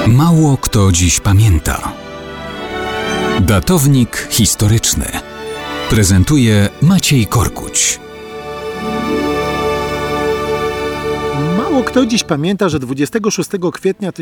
Mało kto dziś pamięta. Datownik historyczny prezentuje Maciej Korkuć. Mało kto dziś pamięta, że 26 kwietnia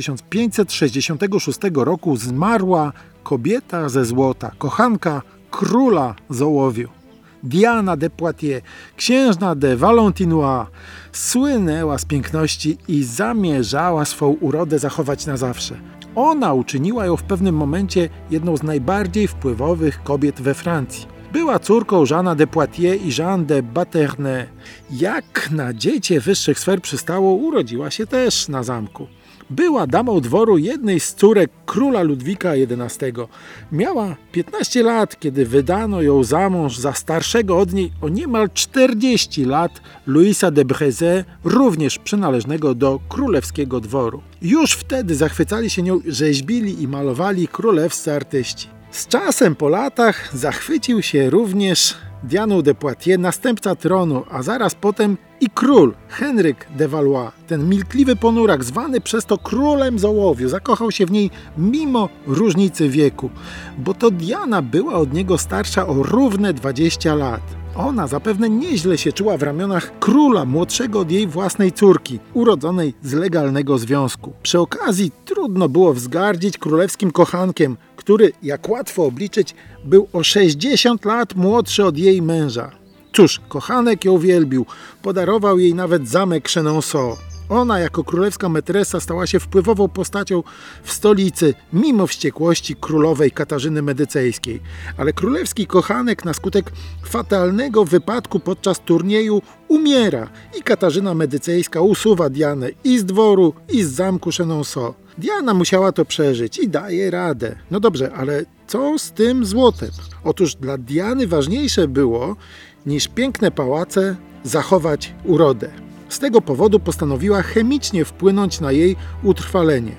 1566 roku zmarła kobieta ze złota, kochanka króla z ołowiu. Diana de Poitiers, księżna de Valentinois, słynęła z piękności i zamierzała swą urodę zachować na zawsze. Ona uczyniła ją w pewnym momencie jedną z najbardziej wpływowych kobiet we Francji. Była córką Jeana de Poitiers i Jeanne de Baternay. Jak na dziecię wyższych sfer przystało, urodziła się też na zamku. Była damą dworu jednej z córek króla Ludwika XI. Miała 15 lat, kiedy wydano ją za mąż za starszego od niej o niemal 40 lat Louisa de Brezé, również przynależnego do królewskiego dworu. Już wtedy zachwycali się nią rzeźbili i malowali królewscy artyści. Z czasem po latach zachwycił się również Dianą de Poitiers, następca tronu, a zaraz potem i król Henryk de Valois. Ten milkliwy ponurak, zwany przez to królem z ołowiu, zakochał się w niej mimo różnicy wieku, bo to Diana była od niego starsza o równe 20 lat. Ona zapewne nieźle się czuła w ramionach króla, młodszego od jej własnej córki, urodzonej z legalnego związku. Przy okazji trudno było wzgardzić królewskim kochankiem, który, jak łatwo obliczyć, był o 60 lat młodszy od jej męża. Cóż, kochanek ją wielbił, podarował jej nawet zamek Chenonceau. Ona jako królewska metresa stała się wpływową postacią w stolicy, mimo wściekłości królowej Katarzyny Medycejskiej. Ale królewski kochanek na skutek fatalnego wypadku podczas turnieju umiera i Katarzyna Medycejska usuwa Dianę i z dworu, i z zamku Chenonceau. Diana musiała to przeżyć i daje radę. No dobrze, ale co z tym złotem? Otóż dla Diany ważniejsze było niż piękne pałace zachować urodę. Z tego powodu postanowiła chemicznie wpłynąć na jej utrwalenie.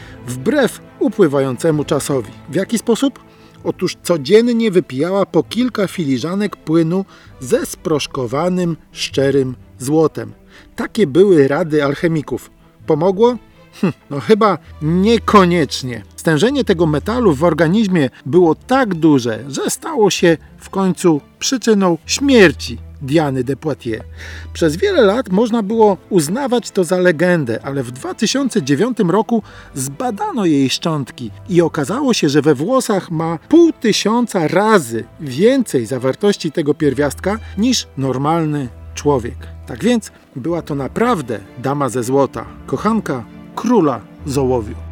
Wbrew upływającemu czasowi. W jaki sposób? Otóż codziennie wypijała po kilka filiżanek płynu ze sproszkowanym, szczerym złotem. Takie były rady alchemików. Pomogło? No chyba niekoniecznie. Stężenie tego metalu w organizmie było tak duże, że stało się w końcu przyczyną śmierci Diany de Poitiers. Przez wiele lat można było uznawać to za legendę, ale w 2009 roku zbadano jej szczątki i okazało się, że we włosach ma 500 razy więcej zawartości tego pierwiastka niż normalny człowiek. Tak więc była to naprawdę dama ze złota, kochanka króla z ołowiu.